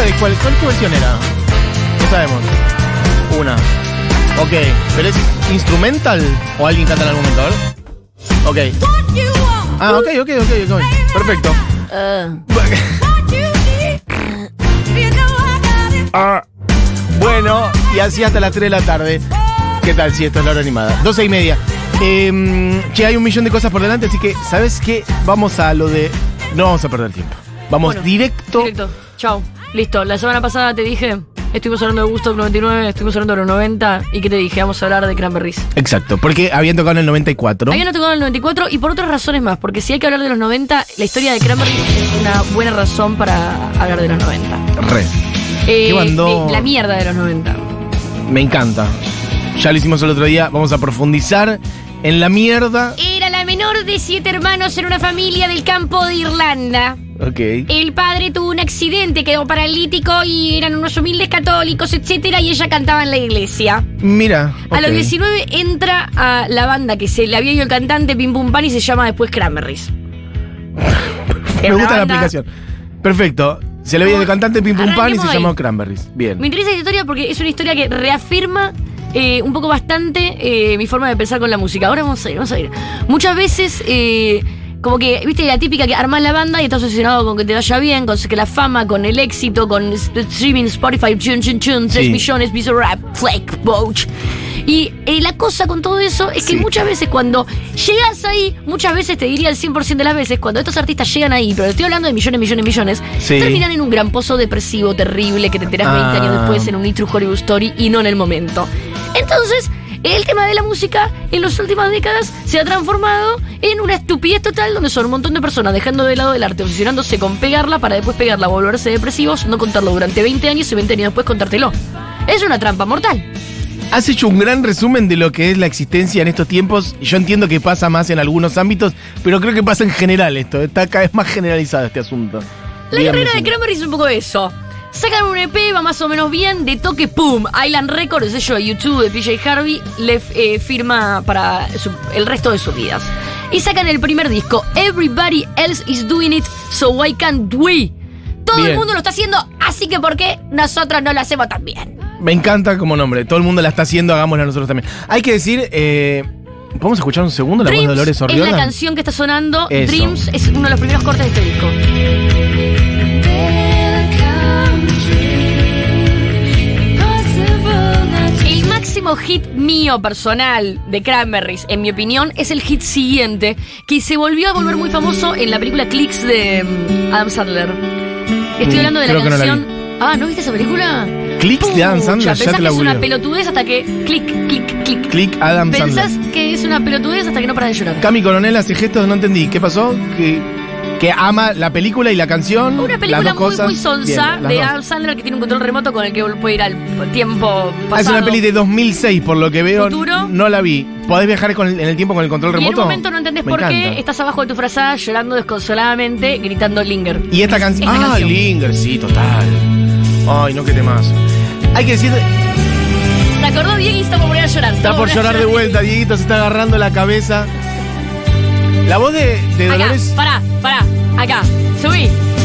sabes cuál versión era? No sabemos. Una. Ok, ¿pero es instrumental o alguien canta en algún momento? A ver. Ok. Ah, ok. Perfecto. Bueno, y así hasta las 3 de la tarde. ¿Qué tal si esto es la hora animada? 12:30. Che, hay un millón de cosas por delante, así que, ¿sabes qué? Vamos a lo de... No vamos a perder tiempo. Vamos directo. Chau. Listo. La semana pasada te dije... Estuvimos hablando de Woodstock 99, estuvimos hablando de los 90. ¿Y qué te dije? Vamos a hablar de Cranberries. Exacto, porque habían tocado en el 94. Habían tocado en el 94 y por otras razones más. Porque si hay que hablar de los 90, la historia de Cranberries es una buena razón para hablar de los 90. ¿Qué bandó? La mierda de los 90. Me encanta. Ya lo hicimos el otro día, vamos a profundizar en la mierda. Era la menor de 7 hermanos en una familia del campo de Irlanda. Ok. El padre tuvo un accidente, quedó paralítico y eran unos humildes católicos, etcétera, y ella cantaba en la iglesia. Mira. A los 19 entra a la banda que se le había ido el cantante Pim Pum Pan y se llama después Cranberries. Me gusta la aplicación. Perfecto. Se le había ido el cantante Pim Pum Pan y se llamó Cranberries. Bien. Me interesa esta historia porque es una historia que reafirma un poco bastante mi forma de pensar con la música. Ahora vamos a ir. Muchas veces... como que, viste, la típica que armás la banda y estás obsesionado con que te vaya bien, con que la fama, con el éxito, con streaming, Spotify, 3 millones, Visa Rap, Flake, Boach. Y la cosa con todo eso es que muchas veces cuando llegas ahí, muchas veces te diría el 100% de las veces, cuando estos artistas llegan ahí, pero estoy hablando de millones, terminan en un gran pozo depresivo terrible que te enterás 20 años después en un True Hollywood Story y no en el momento. Entonces... el tema de la música en las últimas décadas se ha transformado en una estupidez total donde son un montón de personas dejando de lado el arte, obsesionándose con pegarla para después pegarla, volverse depresivos, no contarlo durante 20 años y 20 años después contártelo. Es una trampa mortal. Has hecho un gran resumen de lo que es la existencia en estos tiempos. Yo entiendo que pasa más en algunos ámbitos, pero creo que pasa en general esto. Está cada vez más generalizado este asunto. La carrera de Cranberries es un poco eso. Sacan un EP, va más o menos bien, de toque, ¡pum! Island Records, el sello de YouTube de PJ Harvey, le firma para el resto de sus vidas. Y sacan el primer disco, Everybody Else Is Doing It, So Why Can't We? Todo el mundo lo está haciendo, así que ¿por qué nosotros no lo hacemos tan bien? Me encanta como nombre, todo el mundo la está haciendo, hagámosla nosotros también. Hay que decir... ¿podemos escuchar un segundo la voz de Dolores O'Riordan? Es la canción que está sonando. Eso. Dreams es uno de los primeros cortes de este disco. El máximo hit mío personal de Cranberries, en mi opinión, es el hit siguiente, que se volvió a volver muy famoso en la película Clicks de Adam Sandler. Estoy hablando de la canción... ¿no viste esa película? Clicks de Adam Sandler, ya te la es googleé. una pelotudez hasta que... Click. Click Adam Sandler. Pensás que es una pelotudez hasta que no paras de llorar. Cami Coronel hace gestos, no entendí. ¿Qué pasó? Que ama la película y la canción. Una película las dos muy sonsa de Adam Sandler que tiene un control remoto con el que puede ir al tiempo pasado. Es una peli de 2006, por lo que veo. Futuro. No la vi. ¿Podés viajar en el tiempo con el control remoto? Y en un momento no entendés por qué estás abajo de tu frazada llorando desconsoladamente, gritando Linger. Y esta canción. Linger, sí, total. Ay, no, qué temazo. Hay que decir... ¿Te acordó, Dieguito? Está por volver a llorar. Está por llorar de vuelta, Dieguito se está agarrando la cabeza. La voz de Dolores... Pará. Acá, subí.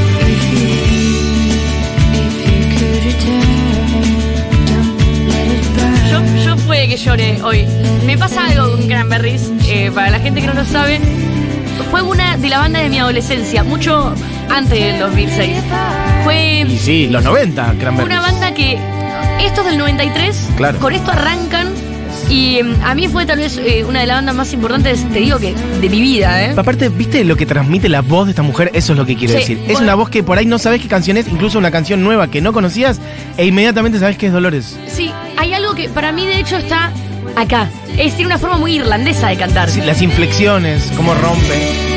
Yo puede que llore hoy. Me pasa algo con Cranberries, para la gente que no lo sabe. Fue una de las bandas de mi adolescencia, mucho antes del 2006. Fue... Y sí, los 90, Cranberries. Una banda que... Esto es del 93. Claro. Con esto arrancan. Y a mí fue tal vez una de las bandas más importantes, te digo que de mi vida, Aparte, ¿viste lo que transmite la voz de esta mujer? Eso es lo que quiero decir. Es una voz que por ahí no sabés qué canción es, incluso una canción nueva que no conocías, e inmediatamente sabés que es Dolores. Sí, hay algo que para mí de hecho está acá. Tiene una forma muy irlandesa de cantar. Sí, las inflexiones, cómo rompe.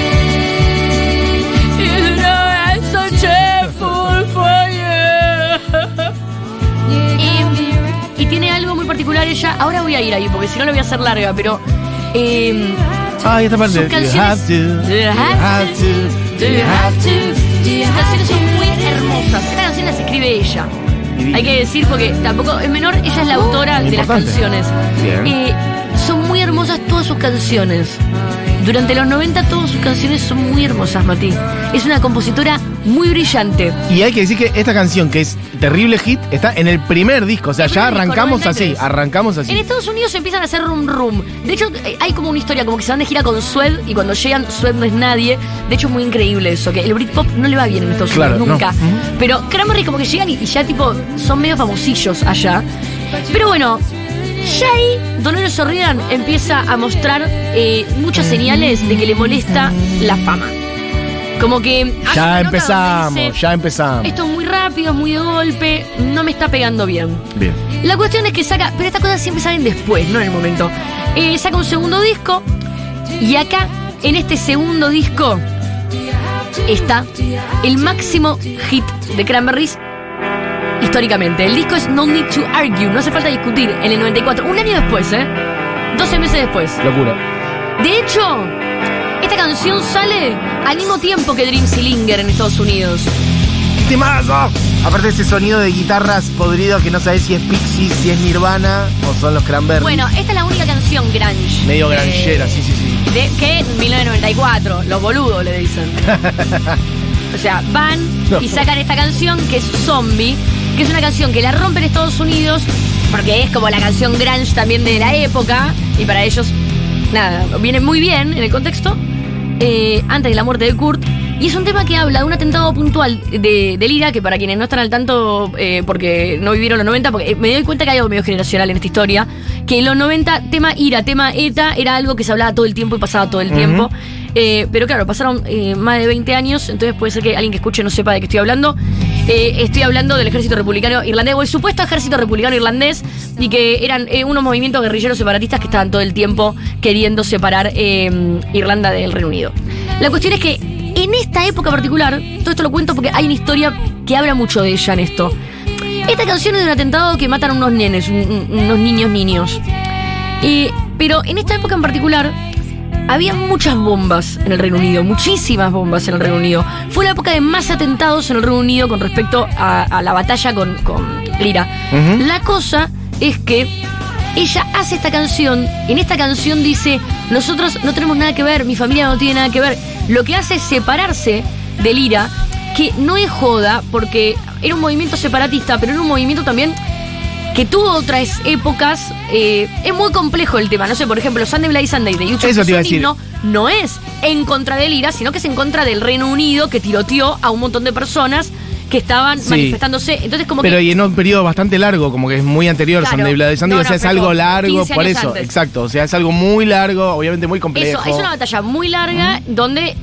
Y tiene algo muy particular ella. Ahora voy a ir ahí porque si no lo voy a hacer larga, pero esta parte. Sus canciones son muy hermosas. Esta canción las escribe ella. Hay que decir, porque tampoco es menor, ella es la autora de las canciones. Son muy hermosas todas sus canciones. Durante los 90 todas sus canciones son muy hermosas, Mati. Es una compositora muy brillante. Y hay que decir que esta canción, que es terrible hit, está en el primer disco. O sea, ya arrancamos así, En Estados Unidos empiezan a hacer rum. De hecho, hay como una historia, como que se van de gira con Sued y cuando llegan, Sued no es nadie. De hecho, es muy increíble eso, que el Britpop no le va bien en Estados Unidos, nunca. No. Pero Cranberries como que llegan y ya tipo son medio famosillos allá. Pero bueno, ya ahí Dolores O'Riordan empieza a mostrar muchas señales de que le molesta la fama. Como que ya empezamos. Esto es muy rápido, muy de golpe, no me está pegando bien. La cuestión es que saca, pero estas cosas siempre salen después, no en el momento. Saca un segundo disco y acá, en este segundo disco, está el máximo hit de Cranberries históricamente. El disco es No Need to Argue, no hace falta discutir, en el 94, un año después, 12 meses después. Locura. De hecho, esta canción sale al mismo tiempo que Dreams y Linger en Estados Unidos. ¡Temazo! Aparte de ese sonido de guitarras podrido que no sabes si es Pixies, si es Nirvana o son los Cranberries. Bueno, esta es la única canción grunge. Medio grangera, sí. Que en 1994, los boludos le dicen. O sea, van y sacan esta canción que es Zombie, que es una canción que la rompe en Estados Unidos porque es como la canción grunge también de la época y para ellos, nada, viene muy bien en el contexto, antes de la muerte de Kurt. Y es un tema que habla de un atentado puntual de Lira, que para quienes no están al tanto porque no vivieron los 90, porque me doy cuenta que hay algo medio generacional en esta historia, que en los 90 tema IRA, tema ETA era algo que se hablaba todo el tiempo y pasaba todo el tiempo. Pero claro, pasaron más de 20 años, entonces puede ser que alguien que escuche no sepa de qué estoy hablando. Estoy hablando del ejército republicano irlandés, o el supuesto ejército republicano irlandés, y que eran unos movimientos guerrilleros separatistas que estaban todo el tiempo queriendo separar Irlanda del Reino Unido. La cuestión es que en esta época particular, todo esto lo cuento porque hay una historia que habla mucho de ella en esto. Esta canción es de un atentado que matan a unos nenes, unos niños. Pero en esta época en particular había muchas bombas en el Reino Unido, muchísimas bombas en el Reino Unido. Fue la época de más atentados en el Reino Unido con respecto a la batalla con Lira. La cosa es que ella hace esta canción, en esta canción dice, nosotros no tenemos nada que ver, mi familia no tiene nada que ver. Lo que hace es separarse de Lira, que no es joda, porque era un movimiento separatista, pero era un movimiento también que tuvo otras épocas. Es muy complejo el tema. No sé, por ejemplo, Sunday Bloody Sunday de YouTube. Eso te iba a decir. No es en contra de Lira, sino que es en contra del Reino Unido, que tiroteó a un montón de personas que estaban manifestándose. Entonces, como pero y en un periodo bastante largo, como que es muy anterior, claro, Sunday Bloody Sunday, o sea, es algo largo, por eso, antes. Exacto, o sea, es algo muy largo, obviamente muy complejo. Eso, es una batalla muy larga donde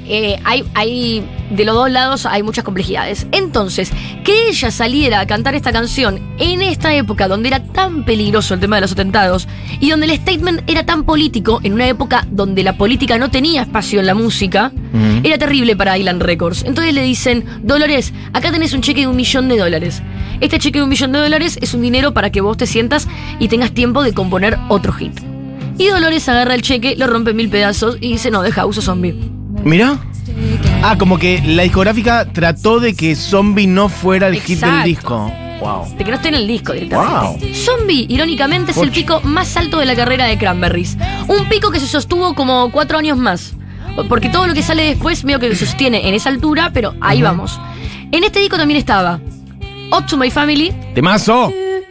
hay de los dos lados hay muchas complejidades. Entonces, que ella saliera a cantar esta canción en esta época donde era tan peligroso el tema de los atentados y donde el statement era tan político, en una época donde la política no tenía espacio en la música, era terrible para Island Records. Entonces le dicen, Dolores, acá tenés un cheque de $1 millón. Este cheque de $1 millón es un dinero para que vos te sientas y tengas tiempo de componer otro hit. Y Dolores agarra el cheque, lo rompe en 1000 pedazos y dice, no, deja, uso Zombie. Mirá. Como que la discográfica trató de que Zombie no fuera el hit del disco. Wow. De que no esté en el disco directamente. Wow. Zombie, irónicamente, es el pico más alto de la carrera de Cranberries. Un pico que se sostuvo como 4 años más. Porque todo lo que sale después medio que se sostiene en esa altura, pero ahí vamos. En este disco también estaba Up to My Family. ¡Temazo!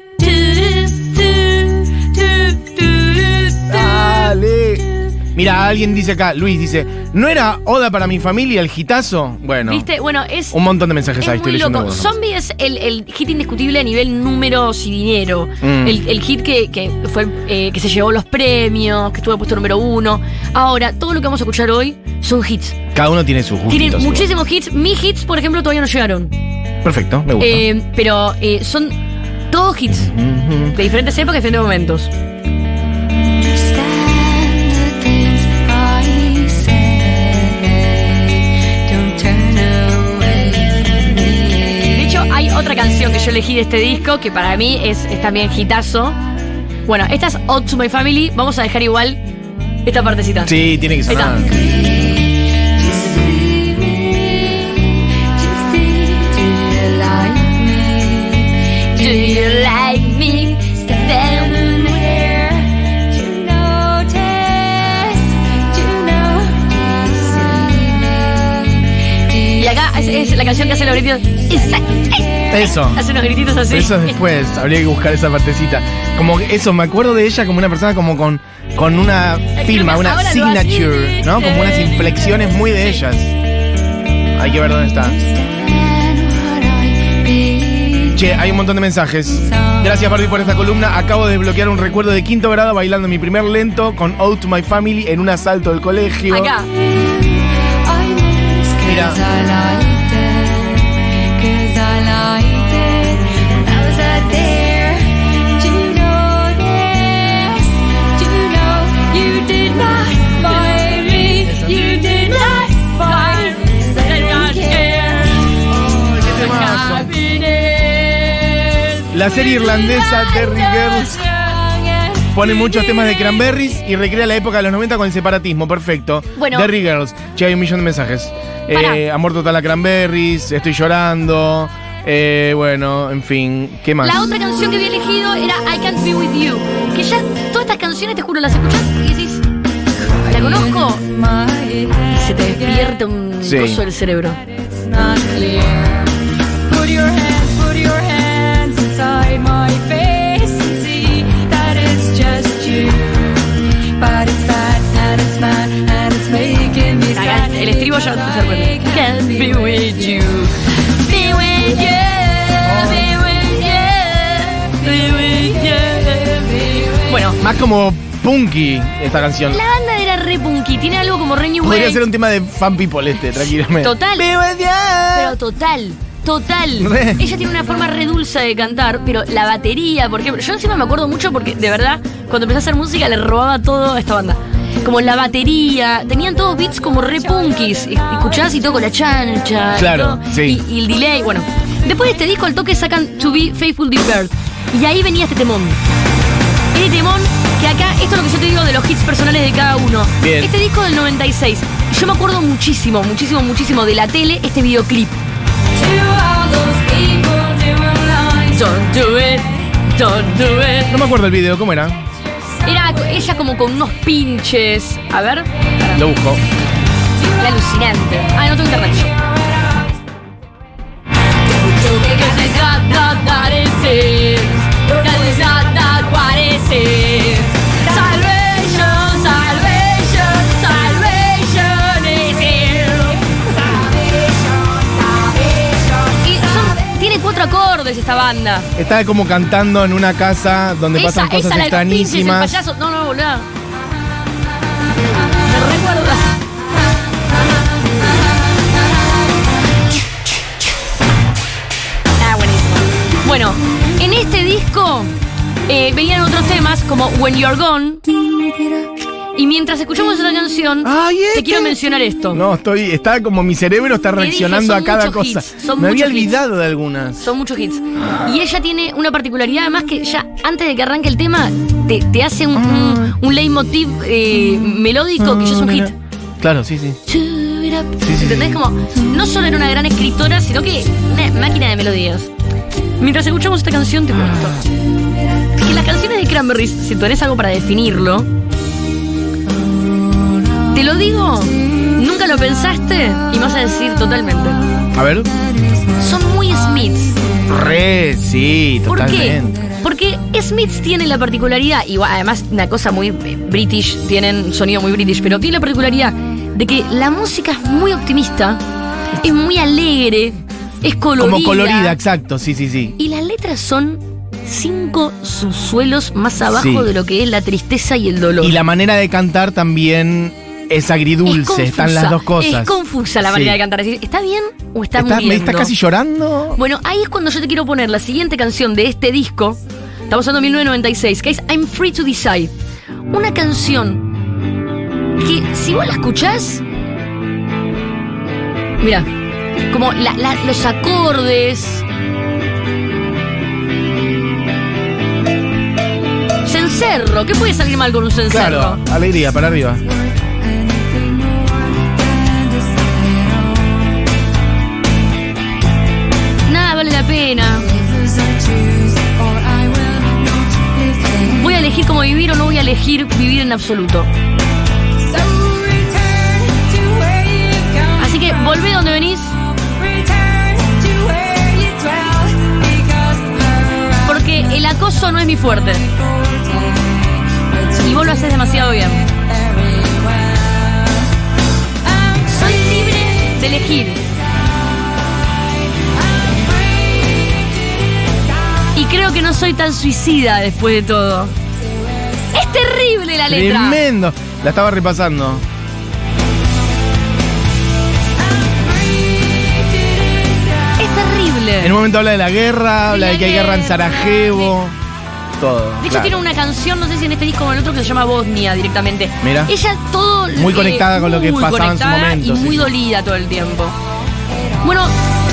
Dale. Mira, alguien dice acá, Luis dice, ¿no era Oda para mi familia el hitazo? Bueno. ¿Viste? Bueno, es un montón de mensajes ahí, estoy leyendo. Zombie es el hit indiscutible a nivel números y dinero. El hit que fue que se llevó los premios, que estuvo puesto número 1. Ahora, todo lo que vamos a escuchar hoy son hits. Cada uno tiene sus gustos. Tienen muchísimos hits. Mis hits, por ejemplo, todavía no llegaron. Perfecto, me gusta. Pero son todos hits de diferentes épocas y diferentes momentos. Hay otra canción que yo elegí de este disco que para mí es también hitazo. Bueno, esta es Out to My Family. Vamos a dejar igual esta partecita. Sí, tiene que sonar. Do you like me? la canción que hace los grititos. Eso. Hace unos grititos así. Eso después, habría que buscar esa partecita. Como que eso, me acuerdo de ella como una persona como con una firma, una signature, ¿no? Como unas inflexiones muy de ellas. Hay que ver dónde está. Che, hay un montón de mensajes. Gracias, Barbie, por esta columna. Acabo de desbloquear un recuerdo de quinto grado bailando mi primer lento con Ode to My Family en un asalto del colegio. Acá. Mira. La serie irlandesa Derry Girls pone muchos temas de Cranberries y recrea la época de los 90 con el separatismo. Perfecto. Bueno. Derry Girls. Che, hay un millón de mensajes. Amor total a Cranberries, estoy llorando. Bueno, en fin, ¿qué más? La otra canción que había elegido era I Can't Be With You. Que ya todas estas canciones, te juro, las escuchas y decís, ¿la conozco? Y se te despierta un coso del cerebro. Put your hands inside my face and see that it's just you. But it's bad and it's mad and it's making me sad. El estribo ya te sorprende. Can't be with you. Be with you. Be with you. Be with you. Bueno, Más como punky esta canción. la banda era re punky. Tiene algo como re new Podría wave. ser un tema de Fan People tranquilamente. Total. Be with you. Pero total. Re. Ella tiene una forma re dulce de cantar, pero la batería, por ejemplo, yo encima me acuerdo mucho porque, de verdad, cuando empecé a hacer música le robaba todo a esta banda. Como la batería, tenían todos beats como re punkis. Escuchás y todo con la chancha. Claro, y todo, sí. Y el delay, bueno. Después de este disco, al toque sacan To Be Faithful Dear Bird. Y ahí venía este temón. Este temón, que acá, esto es lo que yo te digo de los hits personales de cada uno. Bien. Este disco del 96. Yo me acuerdo muchísimo de la tele, este videoclip. Don't do it. No me acuerdo el video, ¿cómo era? Era ella como con unos pinches. A ver. Lo busco. Era alucinante. Ah, no tengo internet yo. Tiene 4 acordes esta banda. Está como cantando en una casa donde pasan cosas la de los pinches, el extrañísimas. payaso. No, boludo. Me recuerda. Ah, buenísimo. Bueno, en este disco venían otros temas como When You're Gone. Y mientras escuchamos esta canción, Ay, te quiero mencionar esto. No, está como mi cerebro está Te dije, reaccionando son a cada muchos cosa. hits, son Me había muchos hits. olvidado de algunas. Son muchos hits. Y ella tiene una particularidad, además que ya antes de que arranque el tema, te hace un leitmotiv melódico que ya es un hit. Claro, sí. ¿Entendés? Como, no solo era una gran escritora, sino que una máquina de melodías. Mientras escuchamos esta canción, te cuento que las canciones de Cranberries, si tenés algo para definirlo, te lo digo, nunca lo pensaste y me vas a decir totalmente. A ver. Son muy Smiths. Sí, ¿Por totalmente. qué? Porque Smiths tiene la particularidad, igual, además una cosa muy british, tienen un sonido muy british, pero tiene la particularidad de que la música es muy optimista, es muy alegre, es colorida. Como colorida, exacto, sí. Y las letras son 5 subsuelos más abajo Sí. de lo que es la tristeza y el dolor. Y la manera de cantar también es agridulce, están las dos cosas. Es confusa la manera de cantar. Es decir, ¿está bien o está ¿Me muriendo? estás casi llorando? Bueno, ahí es cuando yo te quiero poner la siguiente canción de este disco. Estamos hablando de 1996, que es I'm Free to Decide. Una canción que, si vos la escuchás, mira, como los acordes. Cencerro, ¿qué puede salir mal con un cencerro? Claro, alegría, para arriba. Nada vale la pena. ¿Voy a elegir cómo vivir o no voy a elegir vivir en absoluto? Así que volvé donde venís. mi fuerte. Y vos lo haces demasiado bien. Soy libre de elegir. Y creo que no soy tan suicida después de todo. Es terrible la letra. Tremendo. La estaba repasando. Terrible. En un momento habla de la guerra, habla de que hay guerra en Sarajevo, todo. De hecho, claro. tiene una canción, no sé si en este disco o en el otro, que se llama Bosnia directamente. Mira. Ella todo... Muy conectada con lo que muy pasaba en su conectada momento, y muy sí. dolida todo el tiempo. Bueno,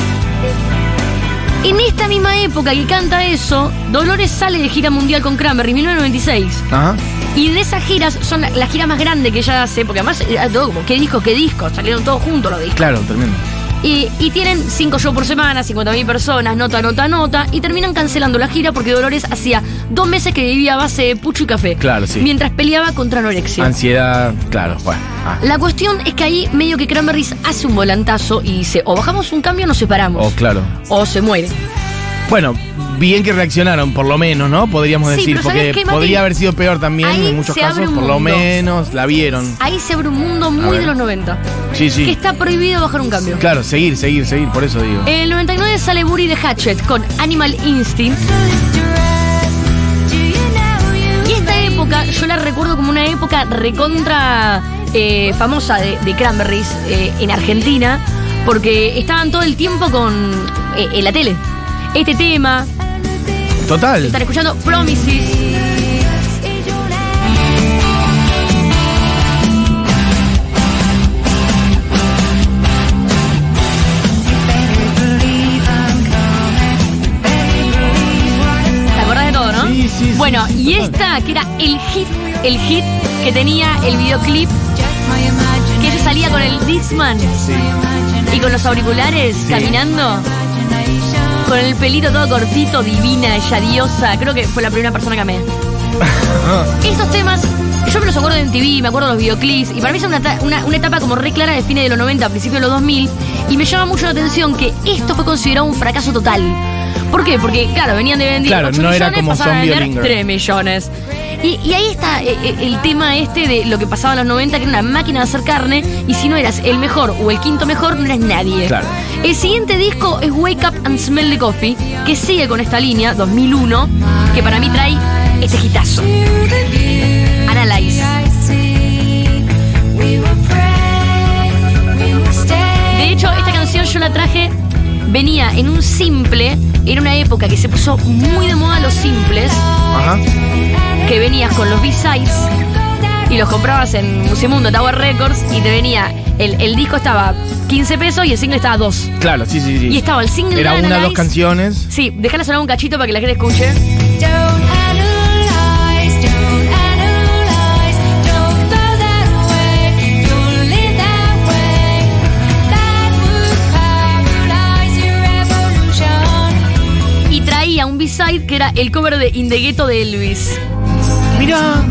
en esta misma época que canta eso, Dolores sale de gira mundial con Cranberries, 1996. Ajá. Y en esas giras son las giras más grandes que ella hace, porque además era todo como, ¿qué discos? Salieron todos juntos los discos. Claro, tremendo. Y tienen 5 shows por semana, 50.000 personas, nota, y terminan cancelando la gira porque Dolores hacía 2 meses que vivía a base de pucho y café. Claro, sí. Mientras peleaba contra anorexia. Ansiedad, claro, bueno. La cuestión es que ahí medio que Cranberries hace un volantazo y dice, o bajamos un cambio o nos separamos. Oh, claro. O se muere. Bueno, bien que reaccionaron, por lo menos, ¿no? Podríamos Sí, decir, pero ¿sabés porque qué, Mati? podría haber sido peor también Ahí en muchos se abre casos, un por lo mundo. menos la vieron. Ahí se abre un mundo muy ver. de los 90. Sí, Que sí. está prohibido bajar un cambio. Claro, seguir, por eso digo. En el 99 sale Booty de Hatchet con Animal Instinct. Y esta época yo la recuerdo como una época recontra famosa de Cranberries en Argentina, porque estaban todo el tiempo en la tele. Este tema, Total. están escuchando Promises. ¿Te acordás de todo, no? Sí, sí, sí. Bueno, y Total. esta que era el hit que tenía el videoclip, que ella salía con el Discman Sí. y con los auriculares caminando, con el pelito todo cortito, divina, ella diosa. Creo que fue la primera persona que amé. Estos temas, yo me los acuerdo de MTV, me acuerdo de los videoclips, y para mí es una etapa como re clara de fines de los 90, principios de los 2000, y me llama mucho la atención que esto fue considerado un fracaso total. ¿Por qué? Porque, claro, venían de vender Claro, 8 no era millones, como pasaban a Zombie o vender Linger. 3 millones. Y ahí está el tema este de lo que pasaba en los 90, que era una máquina de hacer carne, y si no eras el mejor o el quinto mejor, no eras nadie. Claro. El siguiente disco es Wake Up and Smell the Coffee, que sigue con esta línea, 2001, que para mí trae este hitazo. Analyze. De hecho, esta canción yo la traje, venía en un simple, era una época que se puso muy de moda los simples, Ajá. que venías con los B-Sides y los comprabas en Musimundo, Tower Records, y te venía, el disco estaba 15 pesos y el single estaba 2. Claro, sí. Y estaba el single Era de una o Analyze. dos canciones. Sí, déjala sonar un cachito para que la gente escuche. Y traía un B-side que era el cover de In the Ghetto de Elvis. Mira.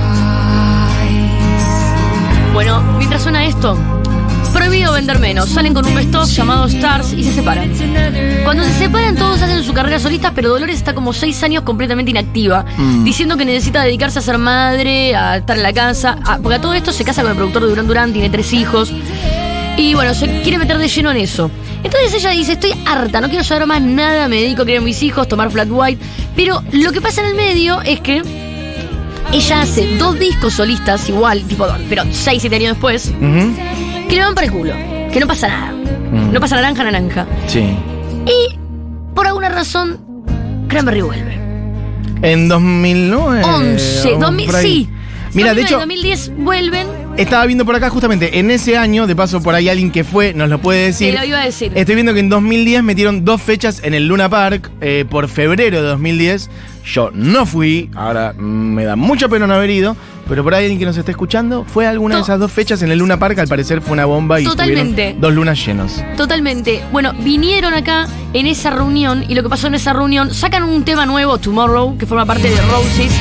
Bueno, mientras suena esto, prohibido vender menos. Salen con un best-of llamado Stars y se separan. Cuando se separan, todos hacen su carrera solista, pero Dolores está como 6 años completamente inactiva, diciendo que necesita dedicarse a ser madre, a estar en la casa, porque a todo esto se casa con el productor de Duran Duran, tiene 3 hijos. Y bueno, se quiere meter de lleno en eso. Entonces ella dice, estoy harta, no quiero saber más nada, me dedico a criar a mis hijos, tomar flat white. Pero lo que pasa en el medio es que ella hace 2 discos solistas igual, tipo, pero 6, 7 años después, Ujú. que le van para el culo, que no pasa nada. No pasa naranja. Sí. Y por alguna razón, Cranberry vuelve. En 2009. 11, o 2000, por ahí. sí. Mira, de 2009, hecho, 2010 vuelven. estaba viendo por acá justamente en ese año, de paso por ahí alguien que fue, nos lo puede decir. Te lo iba a decir. Estoy viendo que en 2010 metieron 2 fechas en el Luna Park por febrero de 2010. Yo no fui, ahora me da mucha pena no haber ido, pero por ahí alguien que nos está escuchando, fue alguna de esas 2 fechas en el Luna Park, al parecer fue una bomba y Totalmente. estuvieron 2 lunas llenos. Totalmente. Bueno, vinieron acá en esa reunión y lo que pasó en esa reunión, sacan un tema nuevo, Tomorrow, que forma parte de Roses.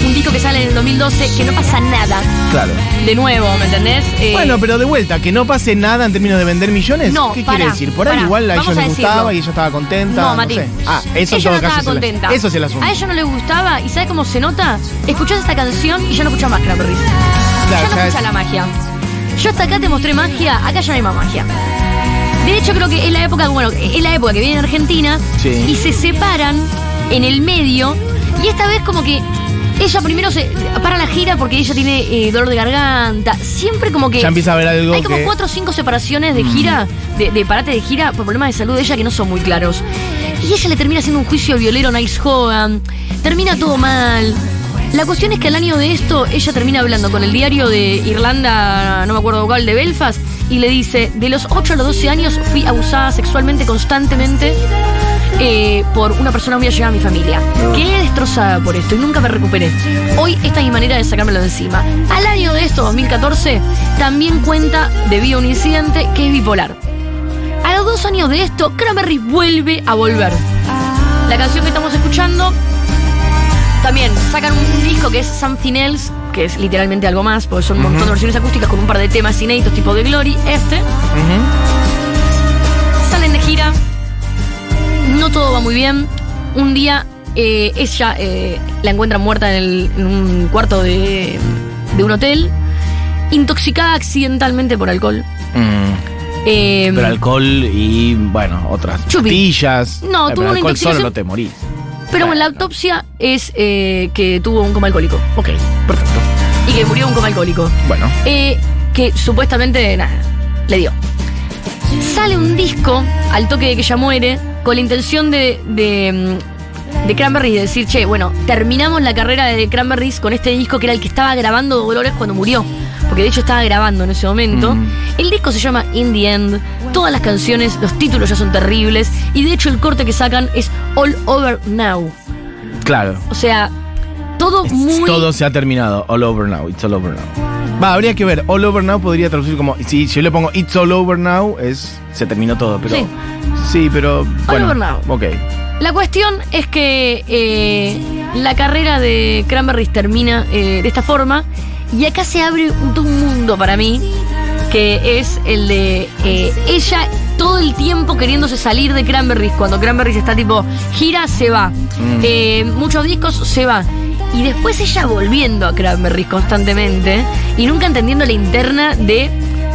un disco que sale en el 2012, que no pasa nada. Claro. De nuevo, ¿me entendés? Bueno, pero de vuelta, que no pase nada en términos de vender millones. No, ¿Qué pará, quiere decir? Por ahí pará, igual a vamos ellos a les decirlo. gustaba y ella estaba contenta. No, Mati. sé. Eso en ella todo no caso estaba contenta. Eso es el asunto. A ella no le gustaba, y ¿sabes cómo se nota? Escuchás esta canción y ya no escuchás más Cranberries. Claro, ya no escuchás la magia. Yo hasta acá te mostré magia, acá ya no hay más magia. De hecho, creo que es la época, que viene en Argentina, Sí. y se separan en el medio, y esta vez como que ella primero se para la gira porque ella tiene dolor de garganta. Siempre como que Ya empieza a haber algo hay como que- 4 o 5 separaciones de gira, de parate de gira por problemas de salud de ella que no son muy claros. Y ella le termina haciendo un juicio violero a Nice Hogan. Termina todo mal. La cuestión es que al año de esto, ella termina hablando con el diario de Irlanda, no me acuerdo cuál, de Belfast, y le dice: de los 8 a los 12 años fui abusada sexualmente constantemente por una persona muy allegada a mi familia. Quedé destrozada por esto y nunca me recuperé. Hoy esta es mi manera de sacármelo de encima. Al año de esto, 2014, también cuenta, debido a un incidente, que es bipolar. A los 2 años de esto, Cranberries vuelve a volver. La canción que estamos escuchando, también sacan un disco que es Something Else, que es literalmente algo más, porque son un montón de versiones acústicas con un par de temas inéditos tipo The Glory. Salen de gira, no todo va muy bien. Un día ella la encuentran muerta en un cuarto de un hotel, intoxicada accidentalmente por alcohol. Pero alcohol y, bueno, otras Chupi. pastillas. No, tuvo pero una alcohol intoxicación. solo no te morís. Pero bueno, la autopsia es que tuvo un coma alcohólico Ok, perfecto. y que murió de un coma alcohólico. Bueno. Que supuestamente, nada, le dio. Sale un disco al toque de que ella muere con la intención de Cranberries de decir: che, bueno, terminamos la carrera de Cranberries con este disco que era el que estaba grabando Dolores cuando murió. Porque de hecho estaba grabando en ese momento. El disco se llama In the End. Todas las canciones, los títulos ya son terribles. Y de hecho el corte que sacan es All Over Now. Claro. O sea, todo muy... Todo se ha terminado. All over now. It's all over now. Habría que ver. All over now podría traducir como... Si yo le pongo It's all over now, se terminó todo. Pero, Sí. Sí, pero... Bueno, over now. Ok. La cuestión es que la carrera de Cranberries termina de esta forma. Y acá se abre un mundo para mí, que es el de ella todo el tiempo queriéndose salir de Cranberries. Cuando Cranberries está tipo gira, se va. Muchos discos, se va. Y después ella volviendo a Cranberries constantemente y nunca entendiendo la interna de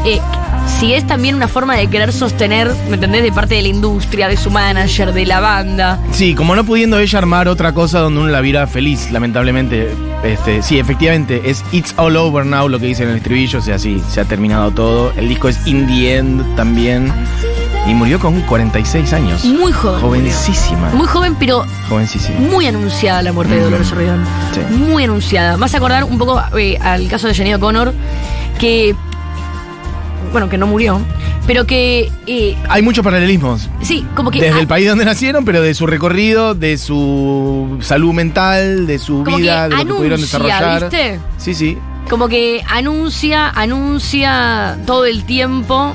si es también una forma de querer sostener, ¿me entendés? De parte de la industria, de su manager, de la banda. Sí, como no pudiendo ella armar otra cosa donde uno la viera feliz, lamentablemente. Sí, efectivamente, es It's all over now lo que dice en el estribillo. O sea, sí, se ha terminado todo. El disco es In the End también. Y murió con 46 años. Muy joven. Jovencísima. Muy joven, pero Jovencísima. muy anunciada la muerte de Dolores O'Riordan. Sí. Muy anunciada. Vas a acordar un poco al caso de Sinéad O'Connor, que... Bueno, que no murió, pero que... Hay muchos paralelismos. sí, como que... Desde el país donde nacieron, pero de su recorrido, de su salud mental, de su como vida, que de lo que pudieron anuncia, desarrollar. ¿viste? Sí, sí. Como que anuncia todo el tiempo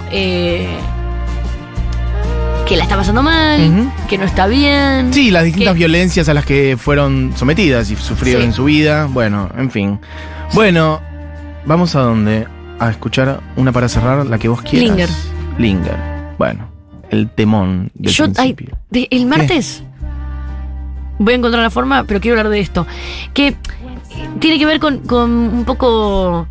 que la está pasando mal, Ujú. que no está bien. Sí, las distintas que- violencias a las que fueron sometidas y sufrieron Sí. en su vida. Bueno, en fin. Bueno, vamos a dónde? A escuchar una para cerrar, la que vos quieras. Linger. Linger. Bueno, el temón del principio. El martes voy a encontrar la forma, pero quiero hablar de esto. Que tiene que ver con un poco...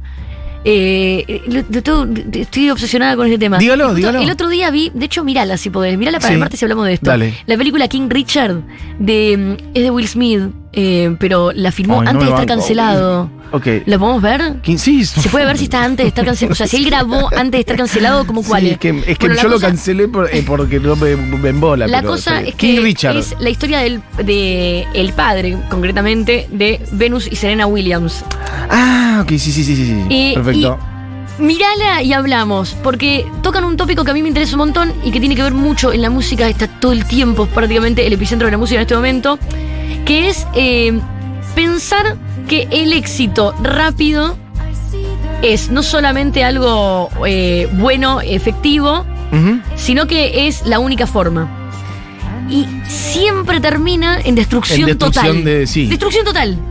estoy obsesionada con este tema. Dígalo, Justo dígalo. El otro día vi, de hecho, mirala si podés, mirala para Sí. el martes si hablamos de esto. Dale. La película King Richard es de Will Smith, pero la filmó Ay, no antes me de estar banco. cancelado. Ok. ¿La podemos ver? Sí, Se puede ver si está antes de estar cancelado. O sea, si él grabó antes de estar cancelado, ¿cómo cuál Sí, es? es que Bueno, la yo lo cosa- cancelé porque no me embola. La pero cosa está bien. es King que Richard. es la historia de el padre, concretamente, de Venus y Serena Williams. Ah, ok, sí. Perfecto. Mírala y hablamos, porque tocan un tópico que a mí me interesa un montón y que tiene que ver mucho en la música, está todo el tiempo, prácticamente el epicentro de la música en este momento, que es pensar que el éxito rápido es no solamente algo bueno, efectivo, Ujú. sino que es la única forma. Y siempre termina en destrucción, En destrucción total. de- sí. Destrucción total.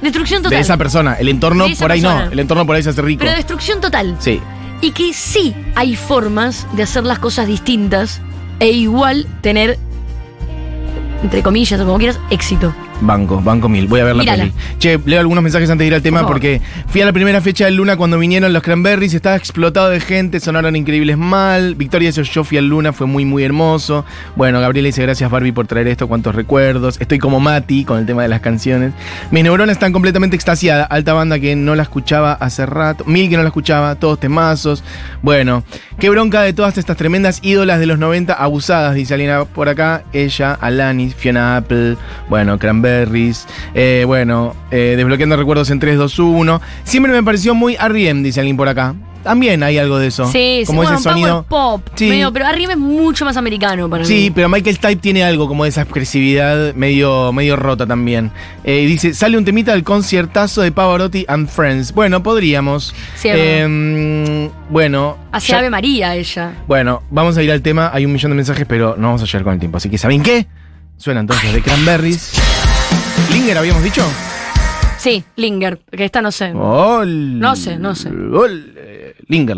Destrucción total. De esa persona. El entorno De esa por ahí persona. no. El entorno por ahí se hace rico. Pero destrucción total. Sí. Y que sí hay formas de hacer las cosas distintas e igual tener, entre comillas o como quieras, éxito. Banco mil. Voy a ver la Mírala. peli. Che, leo algunos mensajes antes de ir al tema Por favor. porque fui a la primera fecha del Luna cuando vinieron los Cranberries, estaba explotado de gente, sonaron increíbles mal. Victoria dice, yo fui al Luna, fue muy muy hermoso. Bueno, Gabriela dice, gracias Barbie por traer esto, cuántos recuerdos. Estoy como Mati con el tema de las canciones. Mis neuronas están completamente extasiadas. Alta banda que no la escuchaba hace rato. Mil que no la escuchaba, todos temazos. Bueno, qué bronca de todas estas tremendas ídolas de los 90 abusadas, dice Alina por acá. Ella, Alanis, Fiona Apple, bueno, Cranberries. Desbloqueando recuerdos en 3, 2, 1. Siempre me pareció muy R.E.M., dice alguien por acá. También hay algo de eso. Sí, como sí, ese bueno, sonido. power pop. Sí. Medio, pero R.E.M. es mucho más americano para mí. Sí, pero Michael Stipe tiene algo como de esa expresividad medio rota también. Dice, sale un temita del conciertazo de Pavarotti and Friends. Bueno, podríamos. Sí, bueno. Hace Ave María ella. Bueno, vamos a ir al tema. Hay un millón de mensajes, pero no vamos a llegar con el tiempo. Así que, ¿saben qué? Suena entonces de Cranberries. Linger, habíamos dicho. Sí, Linger, que esta no sé. No sé. Linger.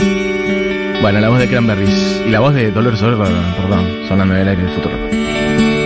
Bueno, la voz de Cranberries y la voz de Dolores O'Riordan, perdón, sonando en el aire del futuro.